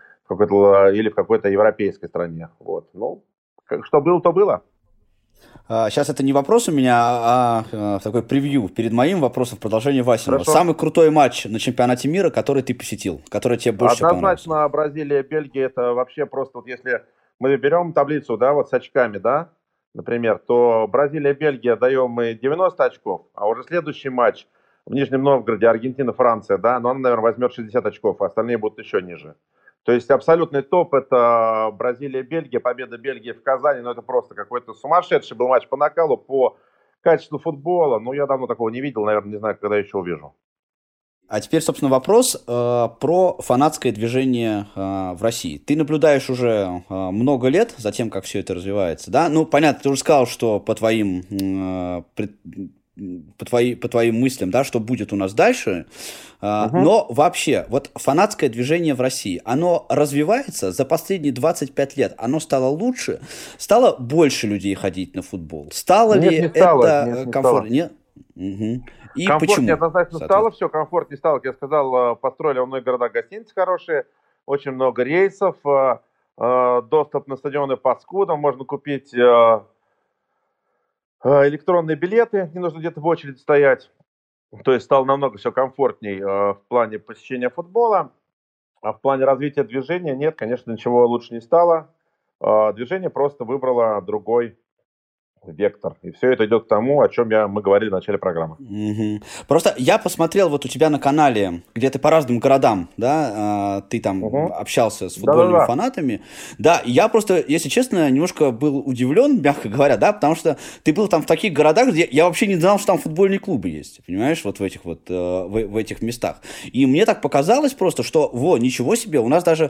или в какой-то европейской стране. Вот. Ну, что было, то было. Сейчас это не вопрос у меня, а такой превью перед моим вопросом в продолжении Васиного. Хорошо. Самый крутой матч на чемпионате мира, который ты посетил, который тебе больше всего понравился? Однозначно Бразилия, Бельгия, это вообще просто, вот если мы берем таблицу, да, вот с очками, да, например, то Бразилия, Бельгия даем мы 90 очков, а уже следующий матч в Нижнем Новгороде, Аргентина, Франция, да, но она, наверное, возьмет 60 очков, а остальные будут еще ниже. То есть абсолютный топ — это Бразилия, Бельгия, победа Бельгии в Казани, но это просто какой-то сумасшедший был матч по накалу, по качеству футбола, ну, я давно такого не видел, наверное, не знаю, когда еще увижу. А теперь, собственно, вопрос про фанатское движение в России. Ты наблюдаешь уже много лет за тем, как все это развивается, да? Ну, понятно, ты уже сказал, что по твоим мыслям, да, что будет у нас дальше. Но вообще, вот фанатское движение в России, оно развивается за последние 25 лет, оно стало лучше, стало больше людей ходить на футбол. Стало ли это комфортнее? И комфортнее почему? Однозначно стало, все комфортнее стало. Как я сказал, построили во многих городах гостиницы хорошие, очень много рейсов, доступ на стадионы по скудам, можно купить электронные билеты, не нужно где-то в очередь стоять. То есть стало намного все комфортней в плане посещения футбола. А в плане развития движения нет, конечно, ничего лучше не стало. Движение просто выбрало другой вектор. И все это идет к тому, о чем мы говорили в начале программы. Просто я посмотрел вот у тебя на канале, где ты по разным городам, да, ты там общался с футбольными фанатами. Да, я просто, если честно, немножко был удивлен, мягко говоря, да, потому что ты был там в таких городах, где я вообще не знал, что там футбольные клубы есть, понимаешь, вот в этих вот, в этих местах. И мне так показалось просто, что, ничего себе, у нас даже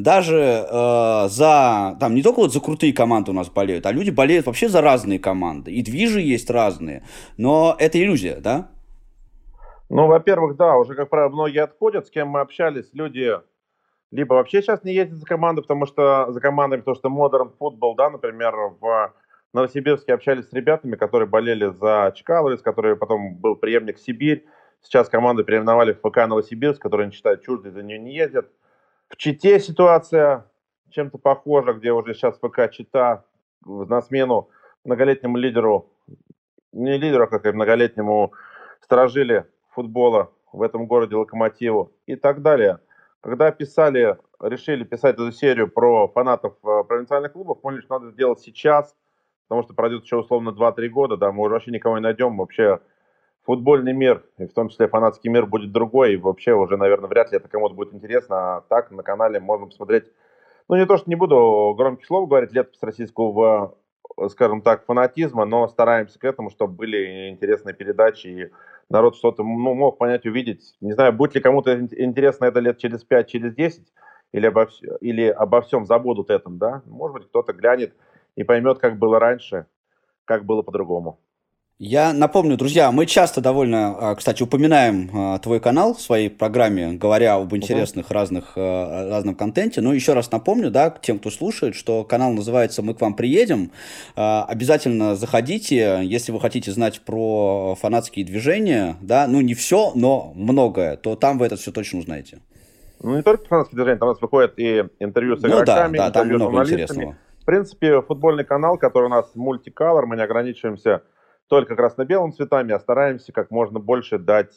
за, там, не только вот за крутые команды у нас болеют, а люди болеют вообще за разные команды. И движи есть разные. Но это иллюзия, да? Ну, во-первых, да, уже, как правило, многие отходят, с кем мы общались, люди либо вообще сейчас не ездят за командой, потому что Modern Football, да, например, в Новосибирске общались с ребятами, которые болели за Чкаловец, который потом был преемник Сибирь. Сейчас команду переименовали в ФК Новосибирск, который они считают чуждой, за нее не ездят. В Чите ситуация чем-то похожа, где уже сейчас ФК Чита на смену многолетнему лидеру, не лидеру, как и многолетнему сторожиле футбола в этом городе Локомотиву и так далее. Когда решили писать эту серию про фанатов провинциальных клубов, поняли, что надо сделать сейчас, потому что пройдет еще условно 2-3 года, да, мы уже вообще никого не найдем, вообще футбольный мир, и в том числе фанатский мир будет другой, и вообще уже, наверное, вряд ли это кому-то будет интересно, а так на канале можно посмотреть, ну не то, что не буду громких слов говорить, летопись российского, скажем так, фанатизма, но стараемся к этому, чтобы были интересные передачи, и народ что-то мог понять, увидеть. Не знаю, будет ли кому-то интересно это лет через 5, через 10, или обо всем забудут этом, да? Может быть, кто-то глянет и поймет, как было раньше, как было по-другому. Я напомню, друзья, мы часто довольно, кстати, упоминаем твой канал в своей программе, говоря об интересных разном контенте. Но еще раз напомню, да, тем, кто слушает, что канал называется «Мы к вам приедем». Обязательно заходите, если вы хотите знать про фанатские движения, да, ну не все, но многое, то там вы это все точно узнаете. Ну не только фанатские движения, там у нас выходит и интервью с игроками, да, там интервью с много журналистами. интересного. В принципе, футбольный канал, который у нас мультиколор, мы не ограничиваемся только красно-белым цветами, а стараемся как можно больше дать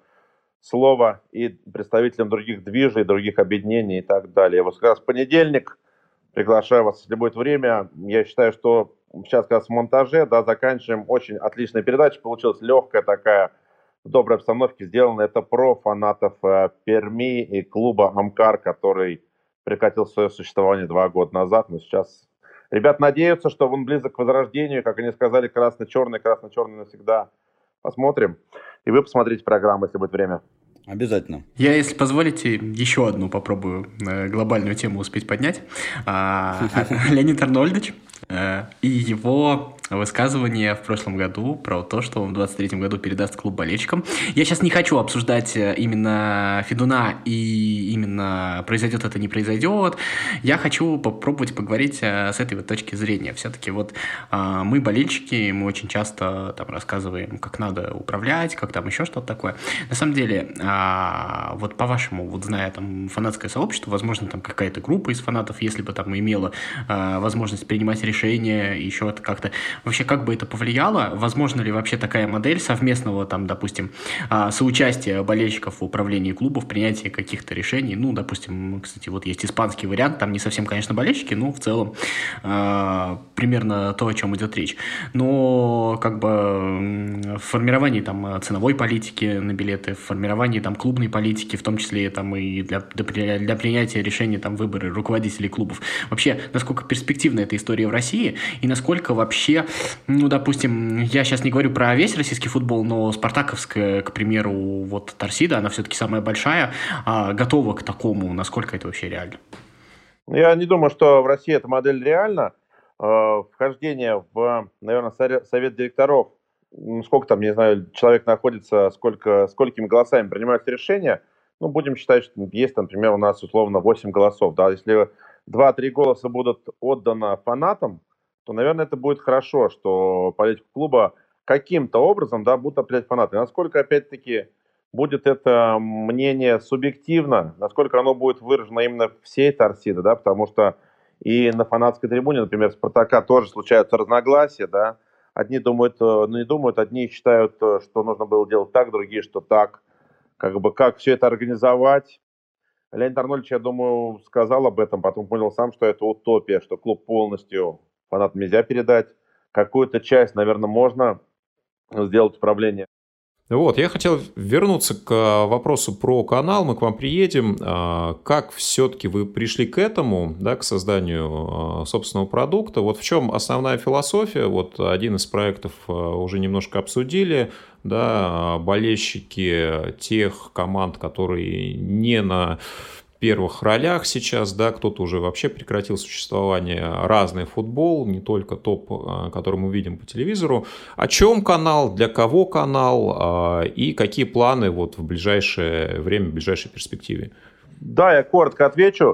слово и представителям других движей, других объединений и так далее. Вот как раз в понедельник приглашаю вас, если будет время. Я считаю, что сейчас как раз в монтаже, да, заканчиваем. Очень отличная передача получилась, легкая такая, в доброй обстановке сделана. Это про фанатов Перми и клуба «Амкар», который прекратил свое существование 2 года назад, но сейчас ребят надеются, что он близок к возрождению, как они сказали, красно-черный навсегда. Посмотрим. И вы посмотрите программу, если будет время. Обязательно. Я, если позволите, еще одну попробую глобальную тему успеть поднять. Леонид Арнольдович и его высказывание в прошлом году про то, что он в 23-м году передаст клуб болельщикам. Я сейчас не хочу обсуждать именно Федуна и именно произойдет это, не произойдет. Я хочу попробовать поговорить с этой вот точки зрения. Все-таки вот мы болельщики, мы очень часто там рассказываем, как надо управлять, как там еще что-то такое. На самом деле, вот по-вашему, вот зная там фанатское сообщество, возможно, там какая-то группа из фанатов, если бы там имела возможность принимать решения, еще это как-то. Вообще, как бы это повлияло? Возможно ли вообще такая модель совместного, там, допустим, соучастия болельщиков в управлении клуба, в принятии каких-то решений? Ну, допустим, кстати, вот есть испанский вариант, там не совсем, конечно, болельщики, но в целом примерно то, о чем идет речь. Но как бы в формировании там ценовой политики на билеты, в формировании там клубной политики, в том числе там и для принятия решений там выборы руководителей клубов. Вообще, насколько перспективна эта история в России и насколько вообще, ну, допустим, я сейчас не говорю про весь российский футбол, но спартаковская, к примеру, вот Торсида, она все-таки самая большая, готова к такому, насколько это вообще реально? Я не думаю, что в России эта модель реальна. Вхождение в, наверное, совет директоров, сколько там, не знаю, человек находится, сколькими голосами принимаются решения, ну, будем считать, что есть, например, у нас условно 8 голосов, да, если 2-3 голоса будут отданы фанатам, то, наверное, это будет хорошо, что политику клуба каким-то образом, да, будут определять фанаты. Насколько, опять-таки, будет это мнение субъективно, насколько оно будет выражено именно всей Торсиды, да, потому что и на фанатской трибуне, например, Спартака тоже случаются разногласия, да, одни думают, не думают, одни считают, что нужно было делать так, другие, что так, как бы, как все это организовать. Леонид Арнольдович, я думаю, сказал об этом, потом понял сам, что это утопия, что клуб полностью фанатам нельзя передать. Какую-то часть, наверное, можно сделать управление. Вот, я хотел вернуться к вопросу про канал, мы к вам приедем. Как все-таки вы пришли к этому, да, к созданию собственного продукта? Вот в чем основная философия? Вот один из проектов уже немножко обсудили, да, болельщики тех команд, которые не на первых ролях сейчас, да, кто-то уже вообще прекратил существование, разный футбол, не только топ, который мы видим по телевизору. О чем канал, для кого канал и какие планы вот в ближайшее время, в ближайшей перспективе? Да, я коротко отвечу.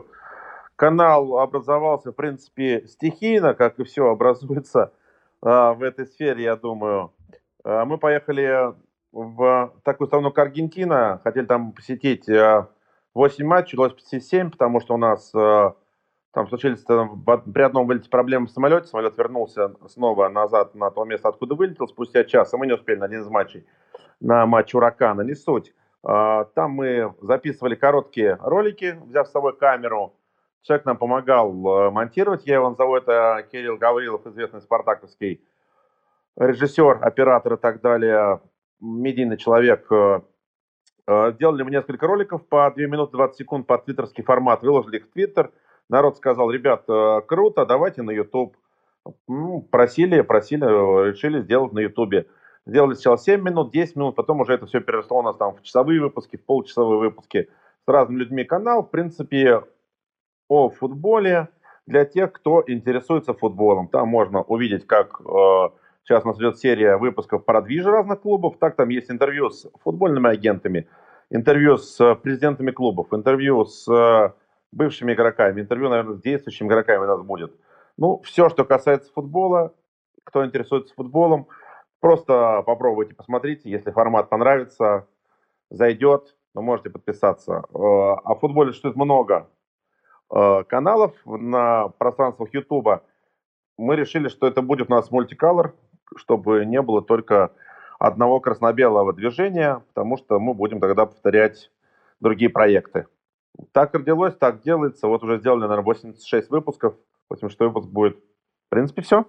Канал образовался, в принципе, стихийно, как и все образуется в этой сфере, я думаю. Мы поехали в такую страну, как Аргентина, хотели там посетить 8 матчей, удалось спасти 7, потому что у нас там случились при одном вылете проблемы в самолете. Самолет вернулся снова назад на то место, откуда вылетел, спустя час, и мы не успели на один из матчей, на матч «Уракана». Не суть. Там мы записывали короткие ролики, взяв с собой камеру. Человек нам помогал монтировать. Я его назову, это Кирилл Гаврилов, известный спартаковский режиссер, оператор и так далее, медийный человек. Сделали мы несколько роликов по 2 минуты 20 секунд под твиттерский формат, выложили их в Твиттер. Народ сказал: ребят, круто, давайте на YouTube. Просили, решили сделать на YouTube. Сделали сначала 7 минут, 10 минут, потом уже это все переросло у нас там в часовые выпуски, в получасовые выпуски с разными людьми. Канал, в принципе, о футболе для тех, кто интересуется футболом. Там можно увидеть, как сейчас у нас идет серия выпусков про движи разных клубов. Так, там есть интервью с футбольными агентами, интервью с президентами клубов, интервью с бывшими игроками, интервью, наверное, с действующими игроками у нас будет. Все, что касается футбола, кто интересуется футболом, просто попробуйте, посмотрите. Если формат понравится, зайдет, вы можете подписаться. О футболе существует много каналов на пространствах Ютуба. Мы решили, что это будет у нас мультиколор, чтобы не было только одного красно-белого движения, потому что мы будем тогда повторять другие проекты. Так родилось, так делается. Вот уже сделали, наверное, 86 выпусков. 86 выпуск будет. В принципе, все.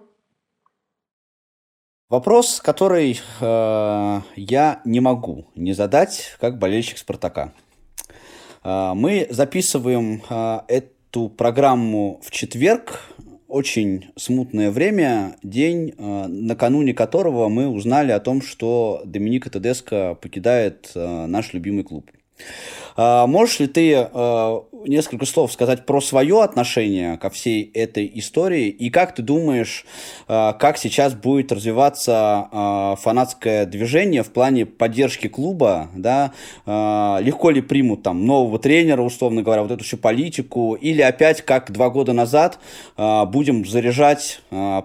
Вопрос, который я не могу не задать, как болельщик «Спартака». Мы записываем эту программу в четверг, очень смутное время, день, накануне которого мы узнали о том, что Доминика Тедеско покидает наш любимый клуб. Можешь ли ты несколько слов сказать про свое отношение ко всей этой истории и как ты думаешь, как сейчас будет развиваться фанатское движение в плане поддержки клуба, да? Легко ли примут там нового тренера, условно говоря, вот эту всю политику, или опять, как 2 года назад, будем заряжать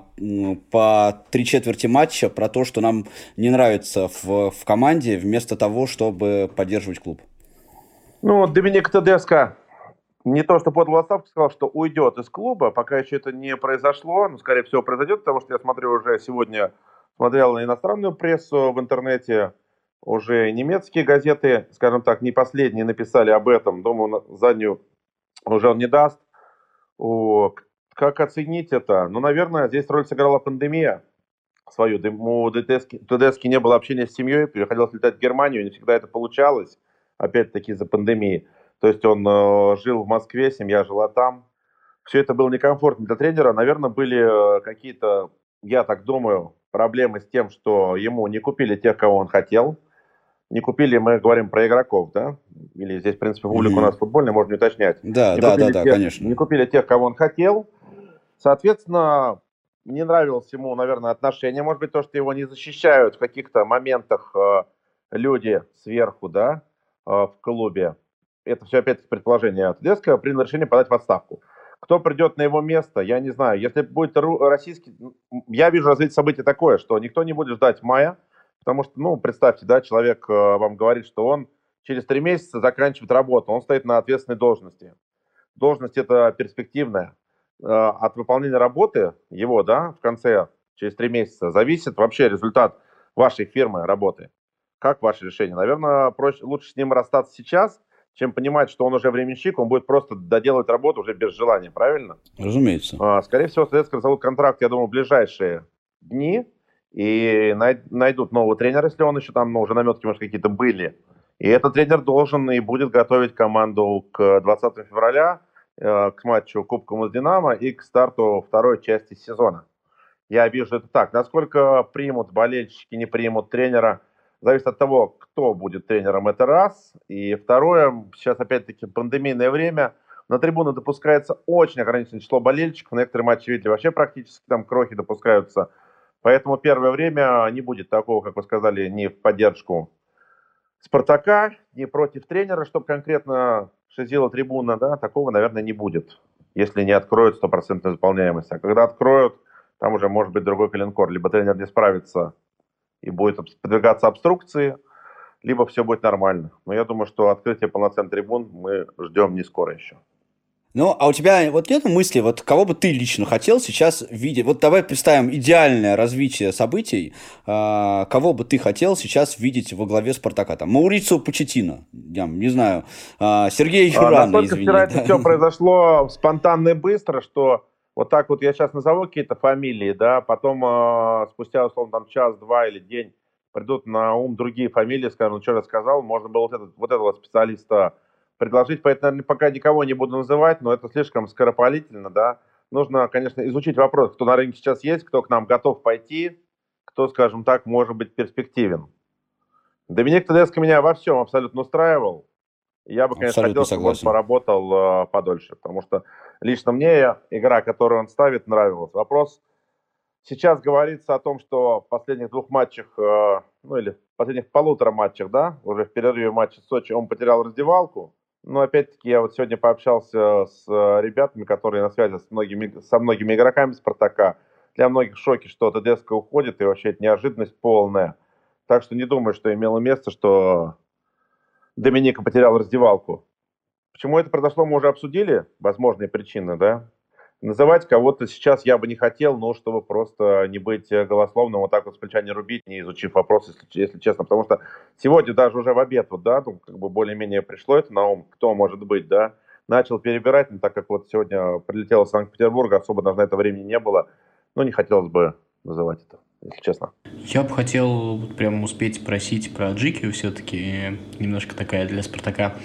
по 3/4 матча про то, что нам не нравится в команде, вместо того, чтобы поддерживать клуб? Доминик Тедеско не то что подал в отставку, сказал, что уйдет из клуба. Пока еще это не произошло, но, скорее всего, произойдет, потому что я смотрю уже сегодня, смотрел на иностранную прессу в интернете, уже немецкие газеты, скажем так, не последние написали об этом. Думаю, заднюю уже он не даст. Как оценить это? Наверное, здесь роль сыграла пандемия свою. У Тедеско не было общения с семьей, приходилось летать в Германию, не всегда это получалось. Опять-таки из-за пандемии. То есть он жил в Москве, семья жила там. Все это было некомфортно для тренера. Наверное, были какие-то, я так думаю, проблемы с тем, что ему не купили тех, кого он хотел. Не купили, мы говорим про игроков, да? Или здесь, в принципе, публика у нас футбольная, можно не уточнять. Да, конечно. Не купили тех, кого он хотел. Соответственно, не нравилось ему, наверное, отношение. Может быть, то, что его не защищают в каких-то моментах люди сверху, да? В клубе. Это все опять предположение Тедеско, принял решение подать в отставку. Кто придет на его место, я не знаю. Если будет российский... Я вижу развитие событий такое, что никто не будет ждать мая, потому что, представьте, да, человек вам говорит, что он через 3 месяца заканчивает работу, он стоит на ответственной должности. Должность это перспективная. От выполнения работы его, да, в конце, через 3 месяца, зависит вообще результат вашей фирмы работы. Как ваше решение? Наверное, лучше с ним расстаться сейчас, чем понимать, что он уже временщик, он будет просто доделывать работу уже без желания, правильно? Разумеется. Скорее всего, Тедеско разовьют контракт, я думаю, в ближайшие дни, и найдут нового тренера, если он еще там, уже наметки, может, какие-то были. И этот тренер должен и будет готовить команду к 20 февраля, к матчу Кубка Динамо и к старту второй части сезона. Я вижу это так. Насколько примут болельщики, не примут тренера, зависит от того, кто будет тренером, это раз. И второе, сейчас опять-таки пандемийное время, на трибуны допускается очень ограниченное число болельщиков, на некоторые матчи видели вообще практически там крохи допускаются. Поэтому первое время не будет такого, как вы сказали, ни в поддержку Спартака, ни против тренера, чтобы конкретно шизила трибуна, да, такого, наверное, не будет, если не откроют 100% заполняемость. А когда откроют, там уже может быть другой коленкор, либо тренер не справится и будет подвергаться обструкции, либо все будет нормально. Но я думаю, что открытие полноценных трибун мы ждем не скоро еще. Ну, а у тебя вот нет мысли, вот кого бы ты лично хотел сейчас видеть? Вот давай представим идеальное развитие событий. Кого бы ты хотел сейчас видеть во главе Спартака? Там Маурицио Почеттино, я не знаю, Сергей Юрана, настолько извини. вчера это все произошло спонтанно и быстро, что вот так вот я сейчас назову какие-то фамилии, да, потом спустя, условно, там час, два или день придут на ум другие фамилии, скажем, ну, что я сказал, можно было вот этого специалиста предложить, поэтому, наверное, пока никого не буду называть, но это слишком скоропалительно, да. Нужно, конечно, изучить вопрос, кто на рынке сейчас есть, кто к нам готов пойти, кто, скажем так, может быть перспективен. Доминик Тедеско меня во всем абсолютно устраивал. Я бы, конечно, Абсолютно хотел, чтобы он поработал подольше, потому что лично мне игра, которую он ставит, нравилась. Вопрос, сейчас говорится о том, что в последних двух матчах, ну или в последних полутора матчах, да, уже в перерыве матча в Сочи он потерял раздевалку. Но опять-таки я вот сегодня пообщался с ребятами, которые на связи со многими игроками Спартака. Для многих в шоке, что Тедеско уходит, и вообще это неожиданность полная. Так что не думаю, что имело место, что Доминика потерял раздевалку. Почему это произошло, мы уже обсудили, возможные причины, да. Называть кого-то сейчас я бы не хотел, но чтобы просто не быть голословным, вот так вот с плеча не рубить, не изучив вопрос, если честно. Потому что сегодня даже уже в обед, вот, да, ну, как бы более-менее пришло это на ум, кто может быть, да. Начал перебирать, но так как вот сегодня прилетел из Санкт-Петербурга, особо даже на это времени не было, но не хотелось бы называть это, если честно. Я бы хотел прям успеть спросить про Аджикию все-таки, немножко такая для Спартака,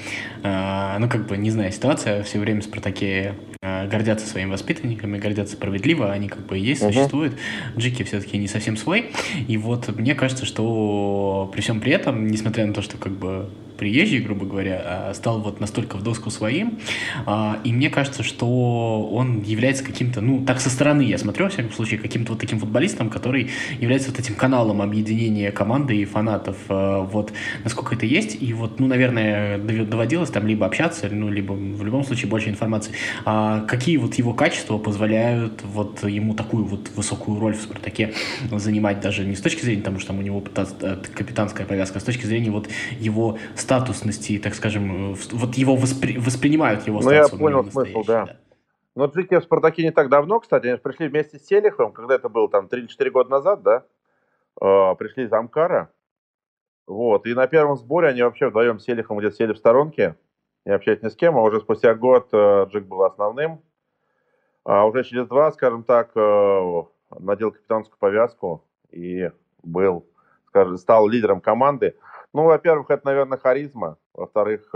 ну как бы не знаю, ситуация, все время в Спартаке гордятся своими воспитанниками, гордятся справедливо, они как бы и есть, существуют. Аджики все-таки не совсем свой, и вот мне кажется, что при всем при этом, несмотря на то, что как бы приезжий, грубо говоря, стал вот настолько в доску своим, и мне кажется, что он является каким-то, ну, так со стороны я смотрю, во всяком случае, каким-то вот таким футболистом, который является вот этим каналом объединения команды и фанатов, вот, насколько это есть, и вот, ну, наверное, доводилось там либо общаться, ну, либо в любом случае больше информации, какие вот его качества позволяют вот ему такую вот высокую роль в Спартаке занимать, даже не с точки зрения того, что там у него капитанская повязка, а с точки зрения вот его статусности, так скажем, вот его воспринимают его статус. Ну, я понял смысл, да. Но Аджики в Спартаке не так давно, кстати, они пришли вместе с Селиховым, когда это было там 3-4 года назад, да, пришли из Амкара, вот, и на первом сборе они вообще вдвоем с Селиховым где-то сели в сторонке, не общались ни с кем, а уже спустя год Аджик был основным, а уже через 2, скажем так, надел капитанскую повязку и был, скажем, стал лидером команды. Ну, во-первых, это, наверное, харизма. Во-вторых,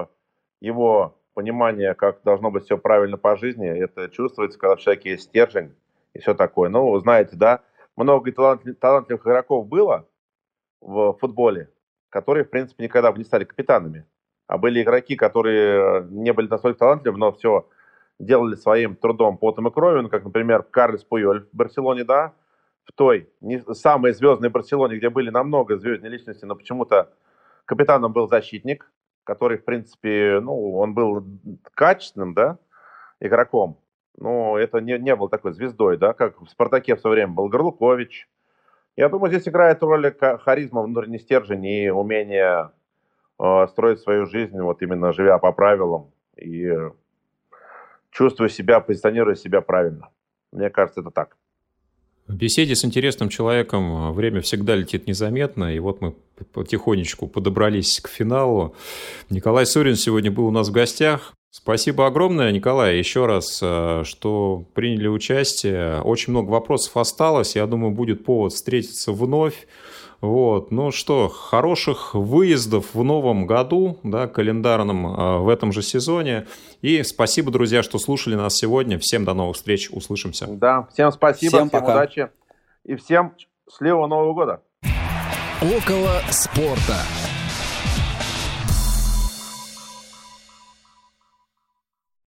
его понимание, как должно быть все правильно по жизни. Это чувствуется, когда в человеке есть стержень и все такое. Ну, знаете, да, много талантливых игроков было в футболе, которые, в принципе, никогда бы не стали капитанами. А были игроки, которые не были настолько талантливы, но все делали своим трудом, потом и кровью. Ну, как, например, Карлес Пуйоль в Барселоне, да, в той не самой звездной Барселоне, где были намного звездной личности, но почему-то капитаном был защитник, который, в принципе, ну, он был качественным, да, игроком, но это не был такой звездой, да, как в «Спартаке» в свое время был Горлукович. Я думаю, здесь играет роль харизма, внутренний стержень и умение строить свою жизнь, вот именно живя по правилам и чувствуя себя, позиционируя себя правильно. Мне кажется, это так. В беседе с интересным человеком время всегда летит незаметно, и вот мы потихонечку подобрались к финалу. Николай Сурин сегодня был у нас в гостях. Спасибо огромное, Николай, еще раз, что приняли участие. Очень много вопросов осталось, я думаю, будет повод встретиться вновь. Вот. Ну что, хороших выездов в новом году, да, календарном, в этом же сезоне. И спасибо, друзья, что слушали нас сегодня. Всем до новых встреч, услышимся. Да, всем спасибо, всем удачи и всем счастливого Нового года. Около спорта.